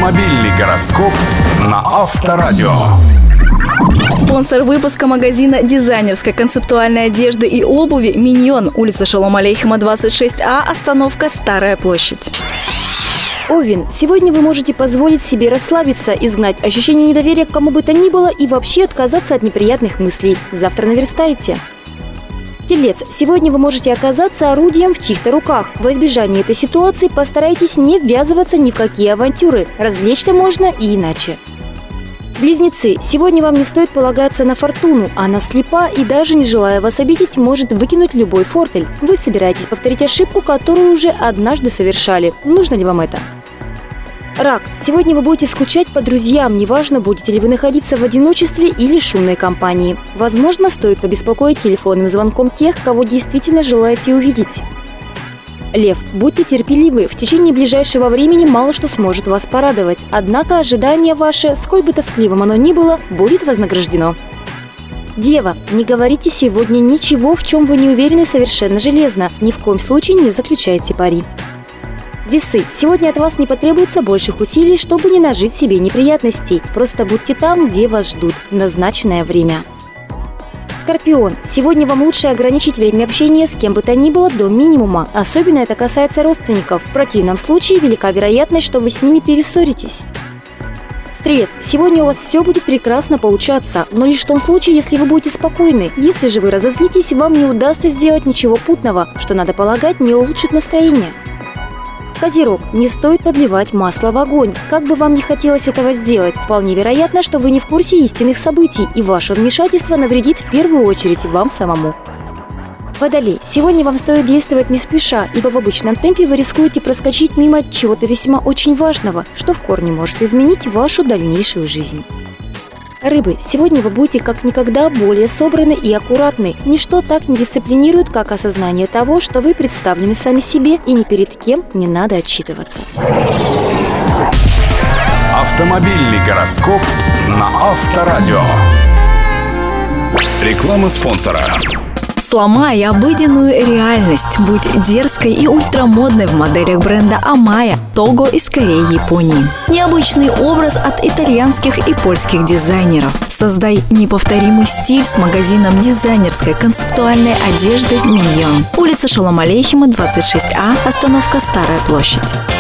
Автомобильный гороскоп на Авторадио. Спонсор выпуска магазина дизайнерской концептуальной одежды и обуви «Миньон», улица Шолом Алейхема, 26А, остановка Старая площадь. Овен, сегодня вы можете позволить себе расслабиться, изгнать ощущение недоверия к кому бы то ни было и вообще отказаться от неприятных мыслей. Завтра наверстаете. Телец, сегодня вы можете оказаться орудием в чьих-то руках. Во избежание этой ситуации постарайтесь не ввязываться ни в какие авантюры. Развлечься можно и иначе. Близнецы, сегодня вам не стоит полагаться на фортуну. Она слепа и, даже не желая вас обидеть, может выкинуть любой фортель. Вы собираетесь повторить ошибку, которую уже однажды совершали. Нужно ли вам это? Рак, сегодня вы будете скучать по друзьям, неважно, будете ли вы находиться в одиночестве или шумной компании. Возможно, стоит побеспокоить телефонным звонком тех, кого действительно желаете увидеть. Лев, будьте терпеливы, в течение ближайшего времени мало что сможет вас порадовать. Однако ожидание ваше, сколь бы тоскливым оно ни было, будет вознаграждено. Дева, не говорите сегодня ничего, в чем вы не уверены совершенно железно. Ни в коем случае не заключайте пари. Весы, сегодня от вас не потребуется больших усилий, чтобы не нажить себе неприятностей. Просто будьте там, где вас ждут, в назначенное время. Скорпион, сегодня вам лучше ограничить время общения с кем бы то ни было до минимума. Особенно это касается родственников. В противном случае велика вероятность, что вы с ними перессоритесь. Стрелец, сегодня у вас все будет прекрасно получаться, но лишь в том случае, если вы будете спокойны. Если же вы разозлитесь, вам не удастся сделать ничего путного, что, надо полагать, не улучшит настроение. Козерог, не стоит подливать масло в огонь. Как бы вам не хотелось этого сделать, вполне вероятно, что вы не в курсе истинных событий, и ваше вмешательство навредит в первую очередь вам самому. Водолей, сегодня вам стоит действовать не спеша, ибо в обычном темпе вы рискуете проскочить мимо чего-то весьма очень важного, что в корне может изменить вашу дальнейшую жизнь. Рыбы, сегодня вы будете как никогда более собраны и аккуратны. Ничто так не дисциплинирует, как осознание того, что вы представлены сами себе и ни перед кем не надо отчитываться. Автомобильный гороскоп на Авторадио. Реклама спонсора. Сломай обыденную реальность. Будь дерзкой и ультрамодной в моделях бренда Амая, Того из Кореи, Японии. Необычный образ от итальянских и польских дизайнеров. Создай неповторимый стиль с магазином дизайнерской концептуальной одежды «Миньон». Улица Шолом Алейхема, 26А, остановка Старая площадь.